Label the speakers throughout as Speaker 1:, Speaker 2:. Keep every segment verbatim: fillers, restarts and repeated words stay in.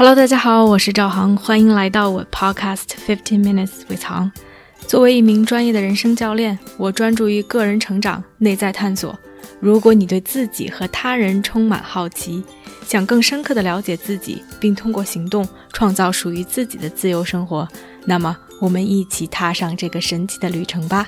Speaker 1: Hello， 大家好，我是赵航，欢迎来到我 Podcast fifteen minutes with 航。作为一名专业的人生教练，我专注于个人成长、内在探索。如果你对自己和他人充满好奇，想更深刻地了解自己，并通过行动创造属于自己的自由生活，那么我们一起踏上这个神奇的旅程吧。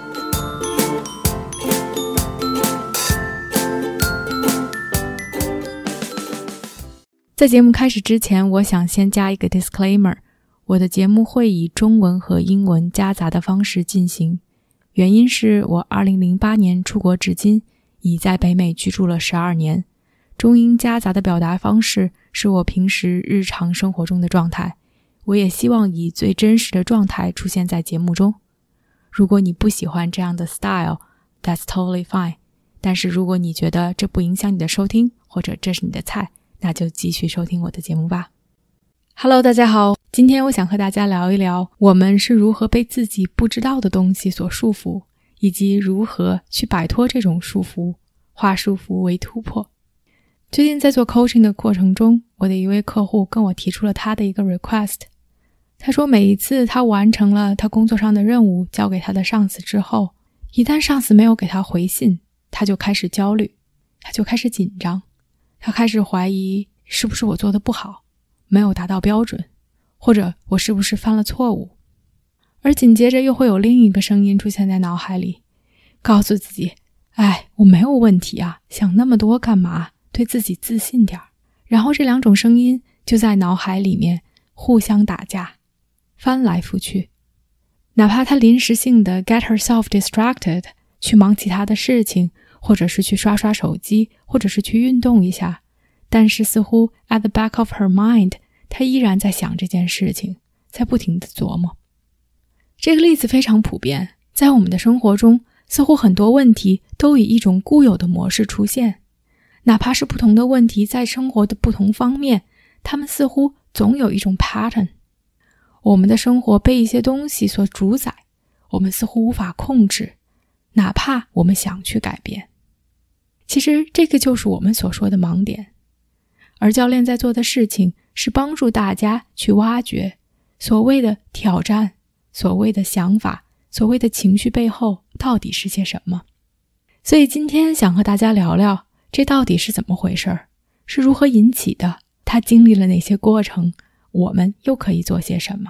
Speaker 1: 在节目开始之前，我想先加一个 disclaimer， 我的节目会以中文和英文夹杂的方式进行，原因是我二零零八年出国至今，已在北美居住了十二年，中英夹杂的表达方式是我平时日常生活中的状态，我也希望以最真实的状态出现在节目中。如果你不喜欢这样的 style， that's totally fine， 但是如果你觉得这不影响你的收听，或者这是你的菜，那就继续收听我的节目吧。Hello， 大家好，今天我想和大家聊一聊我们是如何被自己不知道的东西所束缚，以及如何去摆脱这种束缚，化束缚为突破。最近在做 coaching 的过程中，我的一位客户跟我提出了他的一个 request。他说每一次他完成了他工作上的任务交给他的上司之后，一旦上司没有给他回信，他就开始焦虑，他就开始紧张，他开始怀疑是不是我做的不好，没有达到标准，或者我是不是犯了错误。而紧接着又会有另一个声音出现在脑海里，告诉自己，哎，我没有问题啊，想那么多干嘛，对自己自信点。然后这两种声音就在脑海里面互相打架，翻来覆去。哪怕他临时性的 get herself distracted， 去忙其他的事情，或者是去刷刷手机，或者是去运动一下，但是似乎 at the back of her mind， 她依然在想这件事情，在不停地琢磨。这个例子非常普遍，在我们的生活中，似乎很多问题都以一种固有的模式出现，哪怕是不同的问题在生活的不同方面，它们似乎总有一种 pattern。 我们的生活被一些东西所主宰，我们似乎无法控制，哪怕我们想去改变。其实这个就是我们所说的盲点，而教练在做的事情是帮助大家去挖掘所谓的挑战，所谓的想法，所谓的情绪背后到底是些什么。所以今天想和大家聊聊，这到底是怎么回事，是如何引起的，他经历了哪些过程，我们又可以做些什么。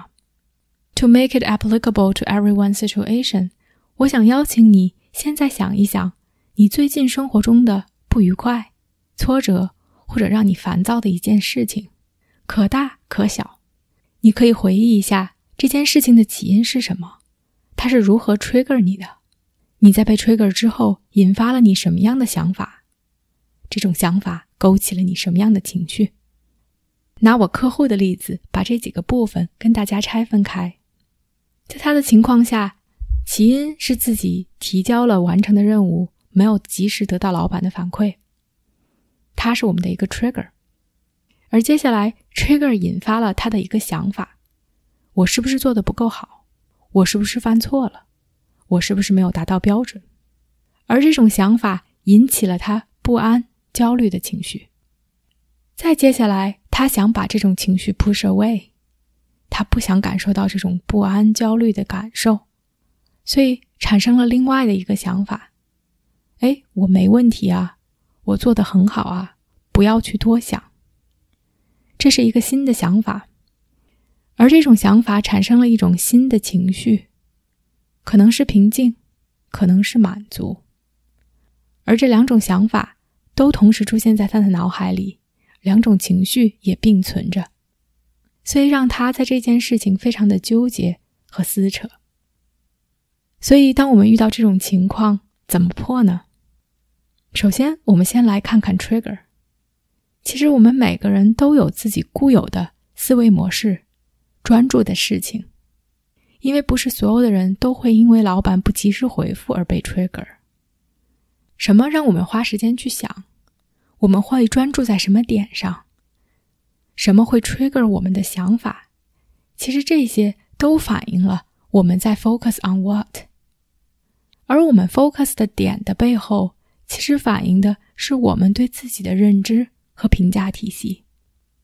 Speaker 1: To make it applicable to everyone's situation， 我想邀请你现在想一想你最近生活中的不愉快、挫折，或者让你烦躁的一件事情，可大可小。你可以回忆一下这件事情的起因是什么，它是如何 trigger 你的，你在被 trigger 之后引发了你什么样的想法，这种想法勾起了你什么样的情绪。拿我客户的例子，把这几个部分跟大家拆分开。在他的情况下，起因是自己提交了完成的任务，没有及时得到老板的反馈，它是我们的一个 trigger。 而接下来 trigger 引发了他的一个想法，我是不是做得不够好，我是不是犯错了，我是不是没有达到标准。而这种想法引起了他不安、焦虑的情绪。再接下来他想把这种情绪 push away， 他不想感受到这种不安、焦虑的感受，所以产生了另外的一个想法，诶，我没问题啊，我做得很好啊，不要去多想。这是一个新的想法，而这种想法产生了一种新的情绪，可能是平静，可能是满足。而这两种想法都同时出现在他的脑海里，两种情绪也并存着，所以让他在这件事情非常的纠结和撕扯。所以当我们遇到这种情况，怎么破呢？首先我们先来看看 trigger。 其实我们每个人都有自己固有的思维模式，专注的事情，因为不是所有的人都会因为老板不及时回复而被 trigger。 什么让我们花时间去想，我们会专注在什么点上，什么会 trigger 我们的想法，其实这些都反映了我们在 focus on what。 而我们 focus 的点的背后，其实反映的是我们对自己的认知和评价体系。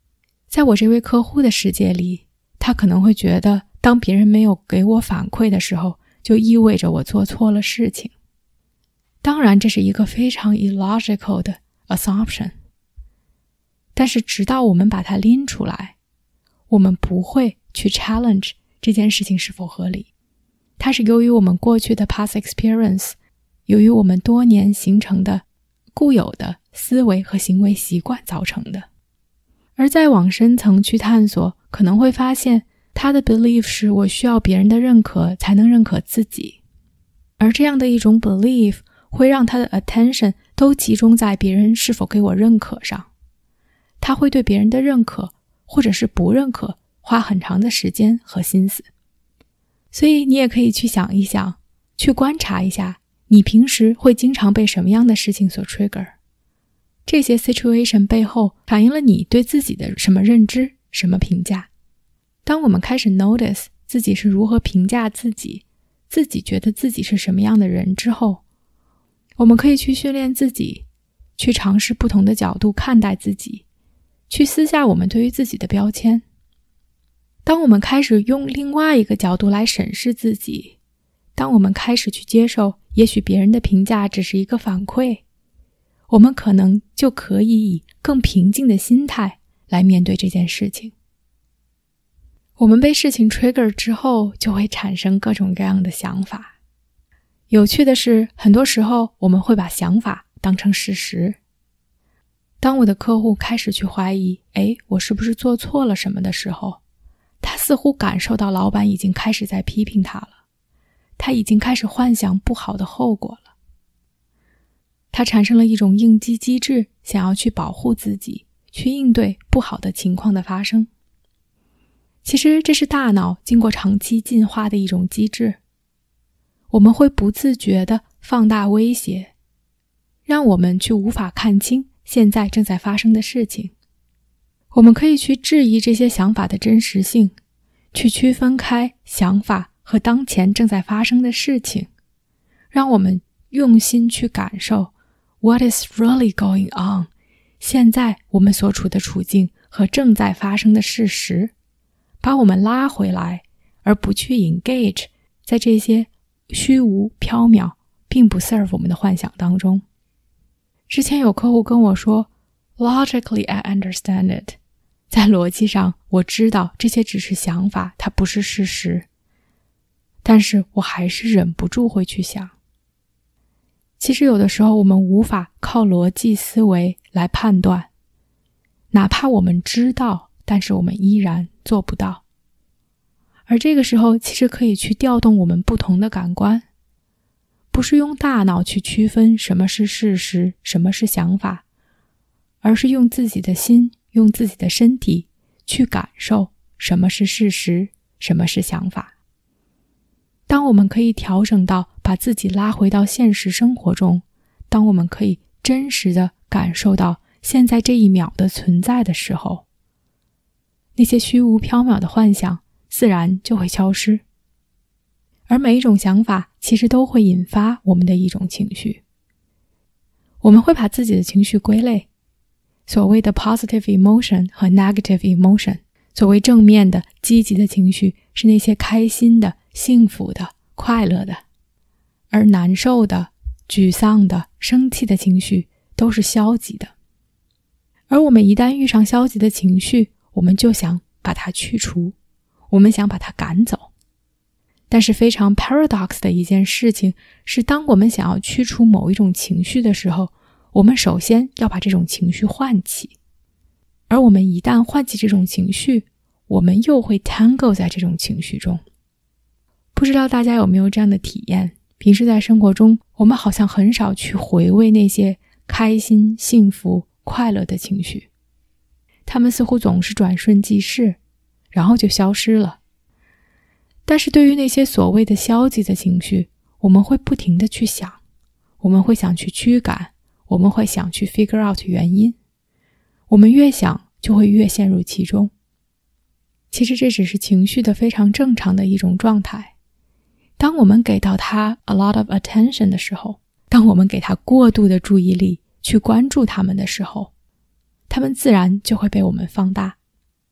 Speaker 1: 在我这位客户的世界里，他可能会觉得当别人没有给我反馈的时候，就意味着我做错了事情。当然，这是一个非常 illogical 的 assumption。但是直到我们把它拎出来，我们不会去 challenge 这件事情是否合理。它是由于我们过去的 past experience， 由于我们多年形成的固有的思维和行为习惯造成的。而再往深层去探索，可能会发现他的 belief 是我需要别人的认可才能认可自己。而这样的一种 belief 会让他的 attention 都集中在别人是否给我认可上。他会对别人的认可或者是不认可花很长的时间和心思。所以你也可以去想一想，去观察一下你平时会经常被什么样的事情所 trigger。这些 situation 背后反映了你对自己的什么认知，什么评价。当我们开始 notice 自己是如何评价自己，自己觉得自己是什么样的人之后，我们可以去训练自己，去尝试不同的角度看待自己，去撕下我们对于自己的标签。当我们开始用另外一个角度来审视自己，当我们开始去接受也许别人的评价只是一个反馈，我们可能就可以以更平静的心态来面对这件事情。我们被事情 trigger 之后，就会产生各种各样的想法。有趣的是，很多时候我们会把想法当成事实。当我的客户开始去怀疑，诶，我是不是做错了什么的时候，他似乎感受到老板已经开始在批评他了，他已经开始幻想不好的后果了。他产生了一种应激机制，想要去保护自己，去应对不好的情况的发生。其实这是大脑经过长期进化的一种机制。我们会不自觉地放大威胁，让我们去无法看清现在正在发生的事情。我们可以去质疑这些想法的真实性，去区分开想法和当前正在发生的事情，让我们用心去感受 What is really going on？ 现在我们所处的处境和正在发生的事实，把我们拉回来，而不去 engage 在这些虚无缥缈并不 serve 我们的幻想当中。之前有客户跟我说 Logically I understand it， 在逻辑上我知道这些只是想法，它不是事实，但是我还是忍不住会去想。其实有的时候我们无法靠逻辑思维来判断，哪怕我们知道，但是我们依然做不到。而这个时候其实可以去调动我们不同的感官，不是用大脑去区分什么是事实，什么是想法，而是用自己的心，用自己的身体去感受什么是事实，什么是想法。当我们可以调整到把自己拉回到现实生活中，当我们可以真实地感受到现在这一秒的存在的时候，那些虚无缥缈的幻想自然就会消失。而每一种想法其实都会引发我们的一种情绪。我们会把自己的情绪归类，所谓的 positive emotion 和 negative emotion， 所谓正面的积极的情绪是那些开心的、幸福的、快乐的，而难受的、沮丧的、生气的情绪都是消极的。而我们一旦遇上消极的情绪，我们就想把它去除，我们想把它赶走。但是非常 paradox 的一件事情是，当我们想要驱除某一种情绪的时候，我们首先要把这种情绪唤起。而我们一旦唤起这种情绪，我们又会 tangle 在这种情绪中。不知道大家有没有这样的体验，平时在生活中，我们好像很少去回味那些开心、幸福、快乐的情绪，他们似乎总是转瞬即逝，然后就消失了。但是对于那些所谓的消极的情绪，我们会不停地去想，我们会想去驱赶，我们会想去 figure out 原因，我们越想就会越陷入其中。其实这只是情绪的非常正常的一种状态。当我们给到它 a lot of attention 的时候，当我们给它过度的注意力去关注它们的时候，它们自然就会被我们放大。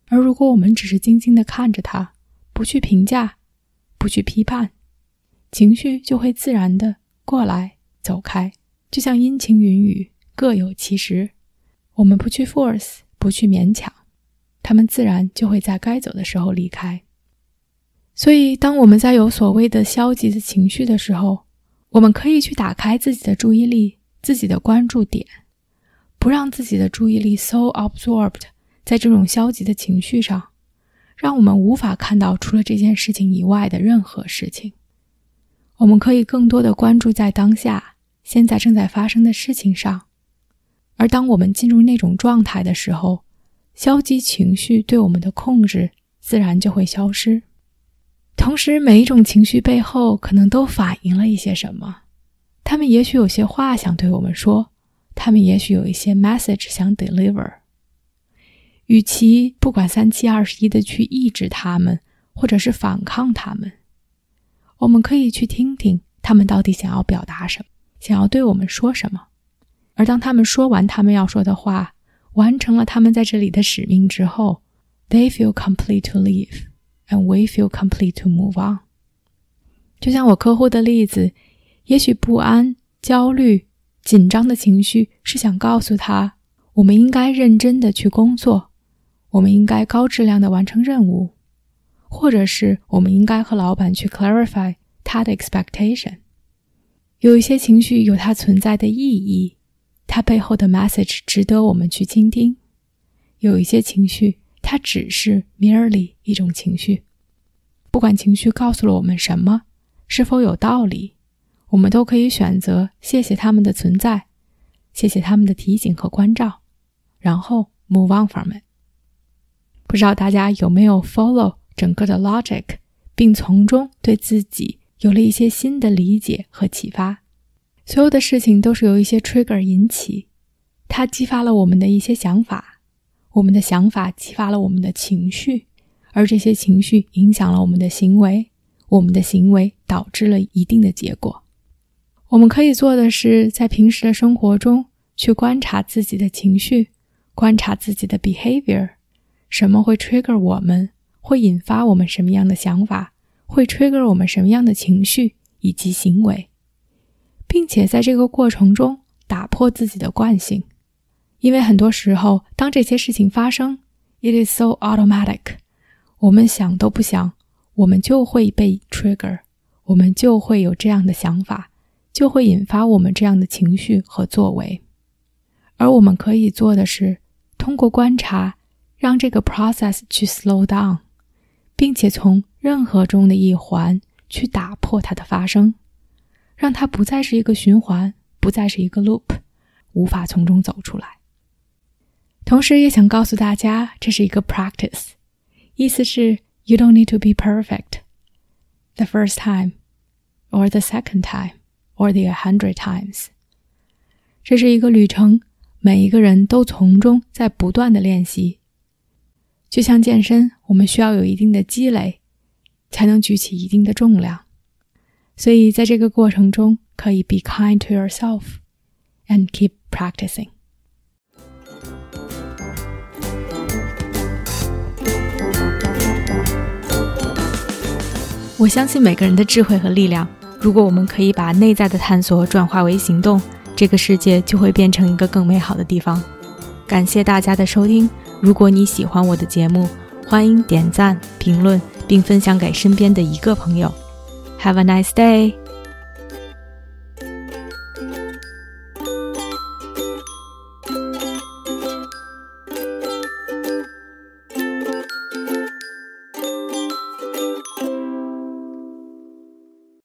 Speaker 1: 而如果我们只是静静地看着它，不去评价，不去批判，情绪就会自然地过来走开，就像阴晴云雨各有其时，我们不去 force， 不去勉强，它们自然就会在该走的时候离开。所以当我们在有所谓的消极的情绪的时候，我们可以去打开自己的注意力，自己的关注点，不让自己的注意力 so absorbed 在这种消极的情绪上，让我们无法看到除了这件事情以外的任何事情。我们可以更多的关注在当下，现在正在发生的事情上。而当我们进入那种状态的时候，消极情绪对我们的控制自然就会消失。同时每一种情绪背后可能都反映了一些什么，他们也许有些话想对我们说，他们也许有一些 message 想 deliver。 与其不管三七二十一的去抑制他们，或者是反抗他们，我们可以去听听他们到底想要表达什么，想要对我们说什么。而当他们说完他们要说的话，完成了他们在这里的使命之后， they feel complete to leave and we feel complete to move on。 就像我客户的例子，也许不安、焦虑、紧张的情绪是想告诉他，我们应该认真的去工作，我们应该高质量的完成任务，或者是我们应该和老板去 clarify 他的 expectation。 有一些情绪有它存在的意义，它背后的 message 值得我们去倾听。有一些情绪它只是 merely 一种情绪，不管情绪告诉了我们什么，是否有道理，我们都可以选择谢谢他们的存在，谢谢他们的提醒和关照，然后 move on from it。 不知道大家有没有 follow 整个的 logic， 并从中对自己有了一些新的理解和启发。所有的事情都是由一些 trigger 引起，它激发了我们的一些想法，我们的想法激发了我们的情绪，而这些情绪影响了我们的行为，我们的行为导致了一定的结果。我们可以做的是在平时的生活中去观察自己的情绪，观察自己的 behavior， 什么会 trigger 我们，会引发我们什么样的想法，会 trigger 我们什么样的情绪以及行为，并且在这个过程中打破自己的惯性。因为很多时候当这些事情发生 it is so automatic， 我们想都不想，我们就会被 trigger， 我们就会有这样的想法，就会引发我们这样的情绪和作为。而我们可以做的是通过观察让这个 process 去 slow down， 并且从任何中的一环去打破它的发生，让它不再是一个循环，不再是一个 loop， 无法从中走出来。同时也想告诉大家，这是一个 practice， 意思是 you don't need to be perfect the first time or the second time or the a hundred times。 这是一个旅程，每一个人都从中在不断的练习。就像健身，我们需要有一定的积累才能举起一定的重量，所以在这个过程中可以 be kind to yourself and keep practicing。 我相信每个人的智慧和力量，如果我们可以把内在的探索转化为行动，这个世界就会变成一个更美好的地方。感谢大家的收听，如果你喜欢我的节目，欢迎点赞、评论并分享给身边的一个朋友。Have a nice day!